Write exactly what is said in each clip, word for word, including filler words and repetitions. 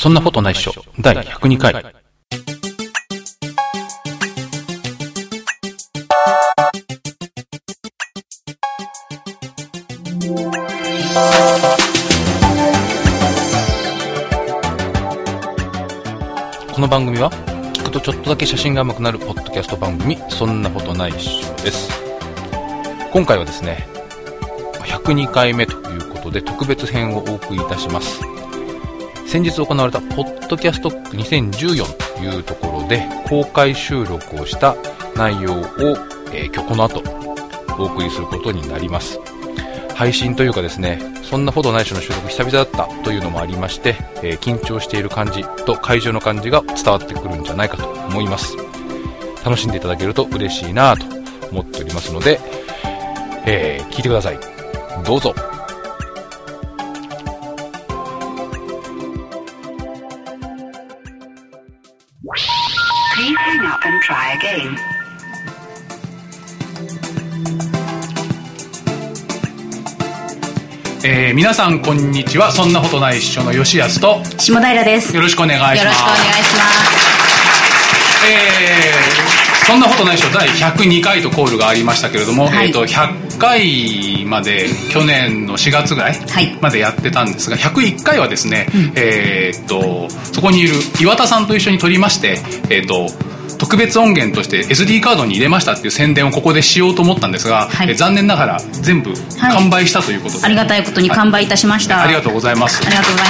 そんなことないっしょだいひゃくにかい。この番組は聞くとちょっとだけ写真が上手くなるポッドキャスト番組、そんなことないっしょです。今回はですねひゃくにかいめということで特別編をお送りいたします。先日行われたポッドキャストにせんじゅうよんというところで公開収録をした内容を、えー、今日この後お送りすることになります。配信というかですね、そんなことないしの収録久々だったというのもありまして、えー、緊張している感じと会場の感じが伝わってくるんじゃないかと思います。楽しんでいただけると嬉しいなと思っておりますので、えー、聞いてください。どうぞ。 Please hang up and try again. えー、皆さんこんにちは。そんなことないっしょの吉安と下平です。 よろしくお願いします。 よろしくお願いします。 えー、そんなことないっしょだいひゃくにかいとコールがありましたけれども、はい、えーとひゃっかいまで去年のしがつぐらいまでやってたんですが、ひゃくいっかいはですね、うん、えーとそこにいる岩田さんと一緒に撮りまして、えーと特別音源として エスディー カードに入れましたっていう宣伝をここでしようと思ったんですが、はい、え残念ながら全部完売したということで、 はい、ありがたいことに完売いたしました、 はい、ありがとうございます。 ありがとうございます。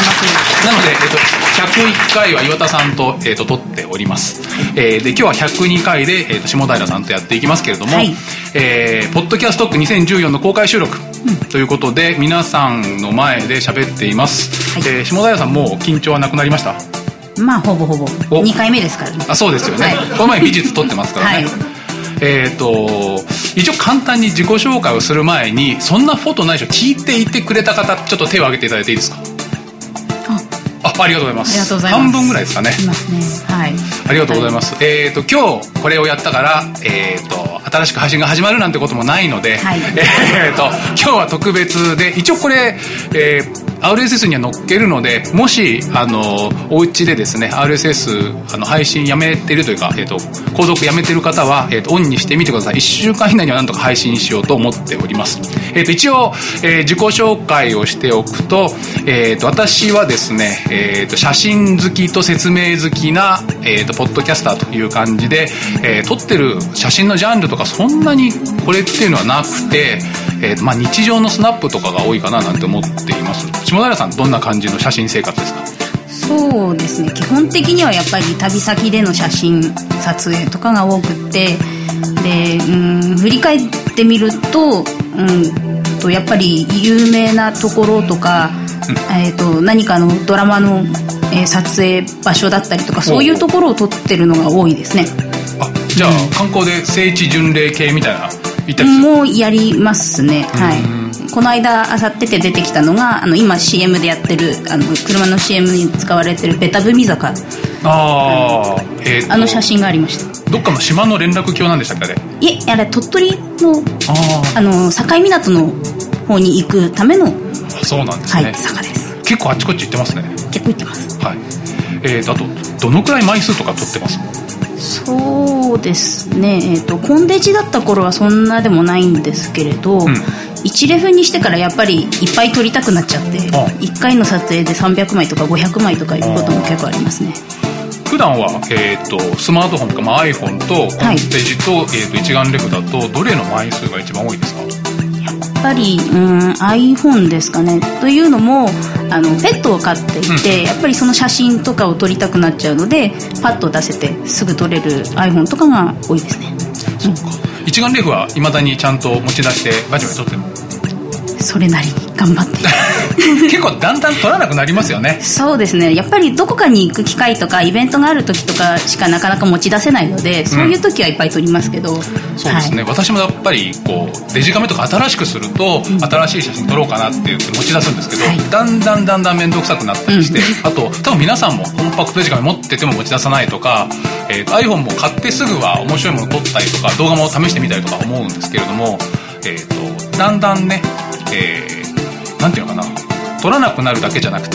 なので、えっと、ひゃくいっかいは岩田さんと、えっと、撮っております、えー、で今日はひゃくにかいで、えっと、下平さんとやっていきますけれども、はい、えー、ポッドキャストにせんじゅうよんの公開収録、うん、ということで皆さんの前で喋っています、はい、えー、下平さんもう緊張はなくなりました？ まあほぼほぼにかいめですからね。 あ、そうですよね、はい、この前美術撮ってますからね、はい、えーと一応簡単に自己紹介をする前に、そんなフォトないでしょ聞いていてくれた方ちょっと手を挙げていただいていいですか？ああ、ありがとうございます。 ありがとうございます。 半分ぐらいですかね。 いますね。はい。 ありがとうございます。はい、えーと今日これをやったから、えーと新しく配信が始まるなんてこともないので、はい、えーと今日は特別で、一応これ、えーアールエスエス には載っけるので、もしあのお家でですね アールエスエス あの配信やめてるというか、えーと購読やめてる方は、えーとオンにしてみてください。いっしゅうかん以内にはなんとか配信しようと思っております。えーと一応、えー、自己紹介をしておくと、えーと私はですね、えーと写真好きと説明好きな、えーとポッドキャスターという感じで、えー、撮ってる写真のジャンルとかそんなにこれっていうのはなくて、えーとまあ、日常のスナップとかが多いかななんて思っています。下平さんどんな感じの写真生活ですか？ そうですね、基本的にはやっぱり旅先での写真撮影とかが多くってで、うん、振り返ってみると、うん、とやっぱり有名なところとか、うんえー、と何かのドラマの、えー、撮影場所だったりとかそういうところを撮ってるのが多いですね。 あ、じゃあ、うん、観光で聖地巡礼系みたいな行ったりする？ もうやりますね。はい。この間あさってて出てきたのがあの今 シーエム でやってるあの車の シーエム に使われてるベタ踏み坂、 あ、えー、 あの写真がありました。 どっかの島の連絡橋なんでしたっけ？あれいえ、あれ鳥取の あ, あの境港の方に行くための、 そうなんですね、 はい、坂です。 結構あっちこっち行ってますね。 結構行ってます、 はい。えー、あとどのくらい枚数とか撮ってます？ そうですね、えーと、コンデジだった頃はそんなでもないんですけれど、うん、いちレフにしてからやっぱりいっぱい撮りたくなっちゃって、いっかいの撮影でさんびゃくまいとかごひゃくまいとかいうことも結構ありますね。 普段は、えー、とスマートフォンとか、まあ、iPhone とコンデジと、はい、えー、と一眼レフだとどれの枚数が一番多いですか？ やっぱり、うん、iPhone ですかね。というのもあのペットを飼っていて、うん、やっぱりその写真とかを撮りたくなっちゃうのでパッと出せてすぐ撮れる iPhone とかが多いですね。 そうか、うん、一眼レフは未だにちゃんと持ち出してバチバチ撮ってるの？ それなりに頑張って結構だんだん撮らなくなりますよね。 そうですね、やっぱりどこかに行く機会とかイベントがある時とかしかなかなか持ち出せないので、そういう時はいっぱい撮りますけど、うん、 そうですね、はい、私もやっぱりこうデジカメとか新しくすると、うん、新しい写真撮ろうかなって言って持ち出すんですけど、はい、だんだんだんだん面倒くさくなったりして、うん、あと多分皆さんもコンパクトデジカメ持ってても持ち出さないとか、えー、iPhone も買ってすぐは面白いもの撮ったりとか動画も試してみたりとか思うんですけれども、えー、とだんだんね、えーなんていうのかな、撮らなくなるだけじゃなくて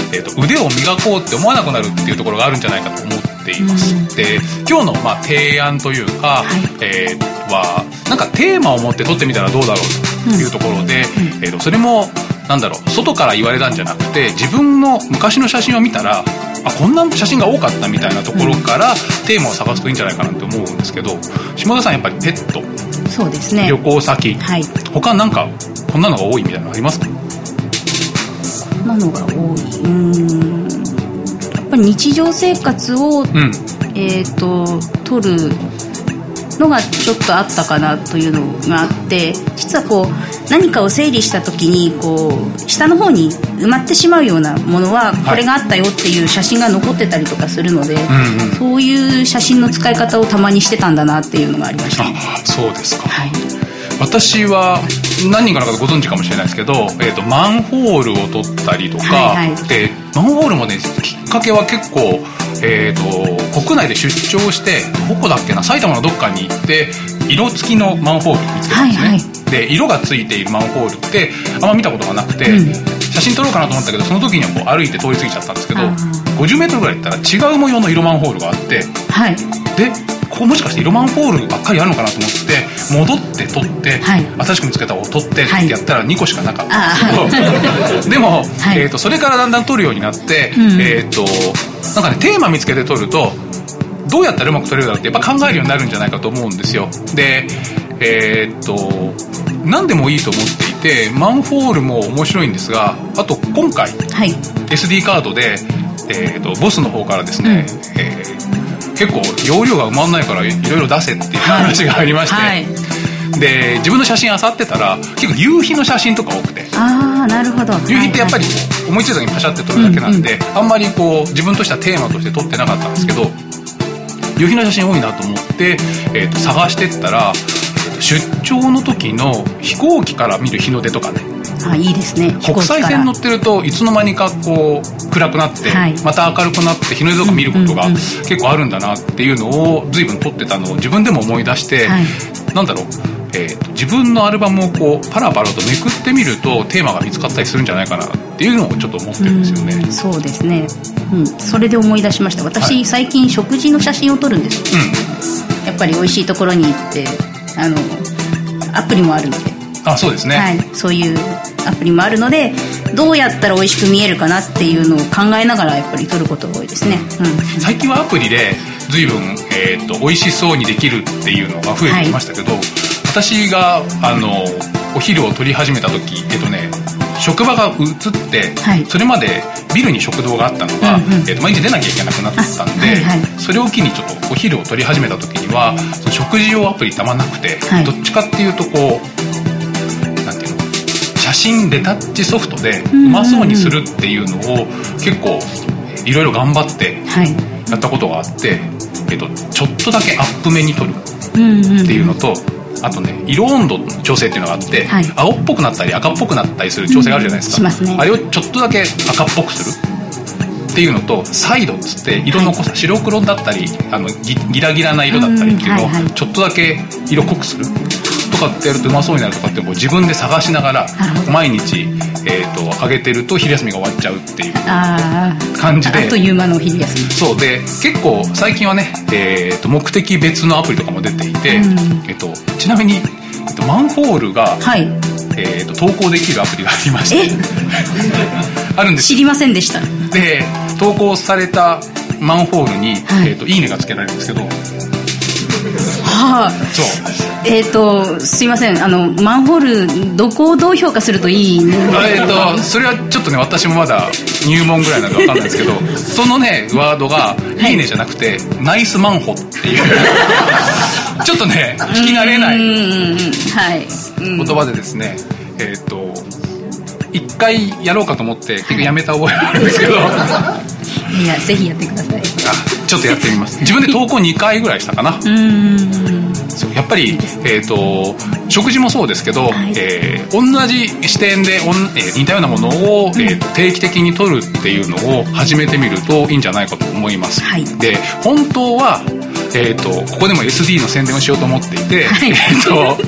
えー、と腕を磨こうって思わなくなるっていうところがあるんじゃないかと思っています、うん、で今日のまあ提案というか、はいえー、はなんかテーマを持って撮ってみたらどうだろうというところで、うんうんえー、とそれもなんだろう外から言われたんじゃなくて自分の昔の写真を見たらあこんな写真が多かったみたいなところから、うん、テーマを探すといいんじゃないかなと思うんですけど下田さんやっぱりペットそうですね旅行先、はい、他なんかこんなのが多いみたいなのありますか？ こんなのが多い、うーんやっぱり日常生活を、うん、えーと撮るのがちょっとあったかなというのがあって実はこう何かを整理した時にこう下の方に埋まってしまうようなものはこれがあったよっていう写真が残ってたりとかするので、はいうんうん、そういう写真の使い方をたまにしてたんだなっていうのがありました、ね、 あそうですか、はい、私は何人かの方ご存知かもしれないですけど、えーと、マンホールを撮ったりとか、はいはい、でマンホールもねきっかけは結構えー、と国内で出張してどこだっけな埼玉のどっかに行って色付きのマンホール見つけたんですね、はいはい、で色がついているマンホールってあんま見たことがなくて、うん、写真撮ろうかなと思ったけどその時にはこう歩いて通り過ぎちゃったんですけどごじゅうメートルぐらい行ったら違う模様の色マンホールがあって、はい、でここもしかして色マンホールばっかりあるのかなと思って戻って撮って、はい、新しく見つけたを撮ってってやったらにこしかなかったんですけどでも、はいえー、とそれからだんだん撮るようになって、うんえー、となんかねテーマ見つけて撮るとどうやったらうまく撮れるだろうってやっぱ考えるようになるんじゃないかと思うんですよ。でえー、っと何でもいいと思っていてマンホールも面白いんですがあと今回、はい、エスディー カードで、えー、っとボスの方からですね、うんえー、結構容量が埋まんないからいろいろ出せっていう話がありまして、はいはい、で自分の写真漁ってたら結構夕日の写真とか多くてあなるほど夕日ってやっぱりこう思いついた時にパシャって撮るだけなんで、うんうん、あんまりこう自分としてはテーマとして撮ってなかったんですけど、うん、夕日の写真多いなと思って、えー、と探してったら出張の時の飛行機から見る日の出とかねあいいですね国際線乗ってるといつの間にかこう暗くなって、はい、また明るくなって日の出とか見ることが結構あるんだなっていうのを随分撮ってたのを自分でも思い出して、はい、なんだろうえー、自分のアルバムをこうパラパラとめくってみるとテーマが見つかったりするんじゃないかなっていうのをちょっと思ってるんですよね、 うん、そうですね、うん、それで思い出しました私、はい、最近食事の写真を撮るんですよ、うん、やっぱり美味しいところに行ってあのアプリもあるのであそうですね、 はい、そういうアプリもあるのでどうやったら美味しく見えるかなっていうのを考えながらやっぱり撮ることが多いですね、 うん、最近はアプリで随分、えー、と美味しそうにできるっていうのが増えてきましたけど、はい私があのお昼を撮り始めた時、えっとね、職場が移って、はい、それまでビルに食堂があったのが、うんうんえっと、毎日出なきゃいけなくなったんで、はいはい、それを機にちょっとお昼を撮り始めた時にはその食事用アプリたまなくて、はい、どっちかっていうとこうなんていうの写真レタッチソフトでうまそうにするっていうのを結構いろいろ頑張ってやったことがあって、えっと、ちょっとだけアップ目に撮るっていうのと、うんうんあとね色温度の調整っていうのがあって、はい、青っぽくなったり赤っぽくなったりする調整があるじゃないですか、 うんしますね、 あれをちょっとだけ赤っぽくするっていうのとサイドっつって色の濃さ、はい、白黒だったりあの ギ, ギラギラな色だったりっていうのをちょっとだけ色濃くするとかってやるとうまそうになるとかってこう自分で探しながら毎日、えー、と上げてると昼休みが終わっちゃうっていう感じであ, あっという間の昼休みそうで結構最近はね、えー、と目的別のアプリとかも出ていて、うんえー、とちなみに、えー、とマンホールが、はいえー、と投稿できるアプリがありましてあるんです知りませんでしたで投稿されたマンホールに、はいえー、といいねがつけられるんですけどはあ、そうえーとすいませんあのマンホールどこをどう評価するといいねえーとそれはちょっとね私もまだ入門ぐらいなんで分かんないですけどそのねワードがいいねじゃなくて、はい、ナイスマンホっていうちょっとね聞き慣れない言葉でですねえっと一回やろうかと思って結局やめた覚えがあるんですけどいやぜひやってくださいあちょっとやってみます自分で投稿にかいぐらいしたかなうーんそうやっぱりいい、えー、と食事もそうですけど、はいえー、同じ視点でおん、えー、似たようなものを、うんえー、定期的に撮るっていうのを始めてみるといいんじゃないかと思います、はい、で本当は、えー、とここでも エスディー の宣伝をしようと思っていて、はいえー、と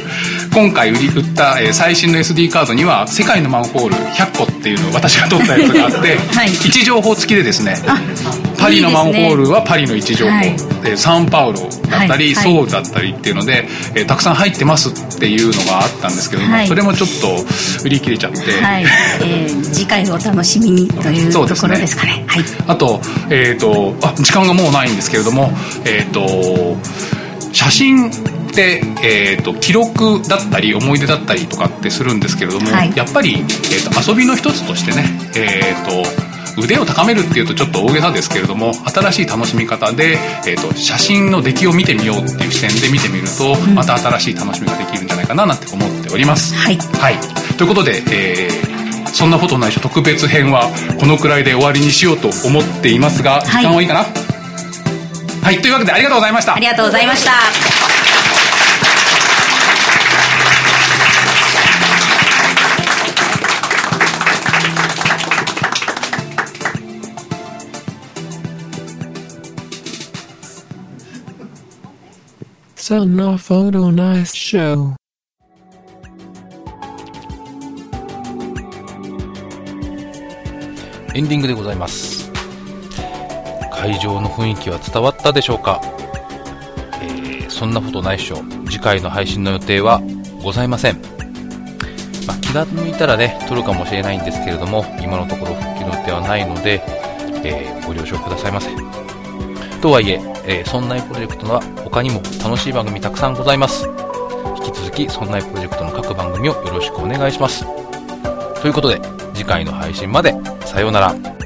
今回売り売った、えー、最新の エスディー カードには世界のマンホールひゃっこっていうのを私が取ったやつがあって、はい、位置情報付きでですね、パリのマンホールはパリの位置情報、はい、えー、サンパウロだったり、はい、ソウルだったりっていうので、えー、たくさん入ってますっていうのがあったんですけども、はい、それもちょっと売り切れちゃって、はい、 えー、次回お楽しみにというところですかね。はい、 あと、えーと、あ、時間がもうないんですけれども、えーと、写真で、えーと、記録だったり思い出だったりとかってするんですけれども、はい、やっぱり、えーと、遊びの一つとしてね、えーと、腕を高めるっていうとちょっと大げさですけれども、新しい楽しみ方で、えーと、写真の出来を見てみようっていう視点で見てみると、うん、また新しい楽しみができるんじゃないかななんて思っております。はい、はい、ということで、えー、そんなことないしょ特別編はこのくらいで終わりにしようと思っていますが、時間はいいかな。はい、はい、というわけでありがとうございました。 ありがとうございました。 そんなフォトナイスショー。エンディングでございます。会場の雰囲気は伝わったでしょうか。えー、そんなことないっしょ。次回の配信の予定はございません。まあ、気が向いたらね撮るかもしれないんですけれども、今のところ復帰の予定はないので、えー、ご了承くださいませ。とはいええー、そんないプロジェクトは他にも楽しい番組たくさんございます。引き続きそんないプロジェクトの各番組をよろしくお願いします。ということで次回の配信までさようなら。